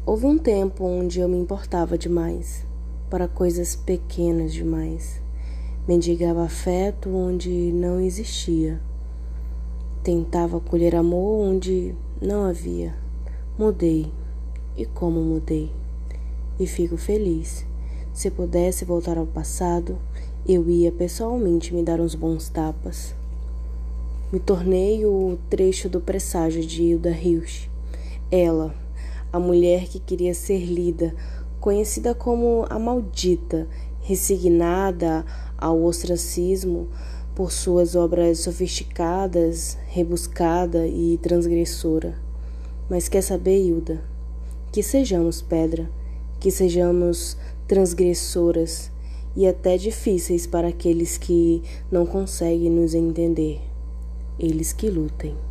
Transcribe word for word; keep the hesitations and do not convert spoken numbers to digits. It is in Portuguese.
Houve um tempo onde eu me importava demais, para coisas pequenas demais. Mendigava afeto onde não existia. Tentava colher amor onde não havia. Mudei. E como mudei? E fico feliz. Se pudesse voltar ao passado, eu ia pessoalmente me dar uns bons tapas. Me tornei o trecho do presságio de Hilda Hilst. Ela, a mulher que queria ser lida, conhecida como a maldita, resignada ao ostracismo por suas obras sofisticadas, rebuscada e transgressora. Mas quer saber, Hilda? Que sejamos pedra, que sejamos transgressoras e até difíceis para aqueles que não conseguem nos entender. Eles que lutem.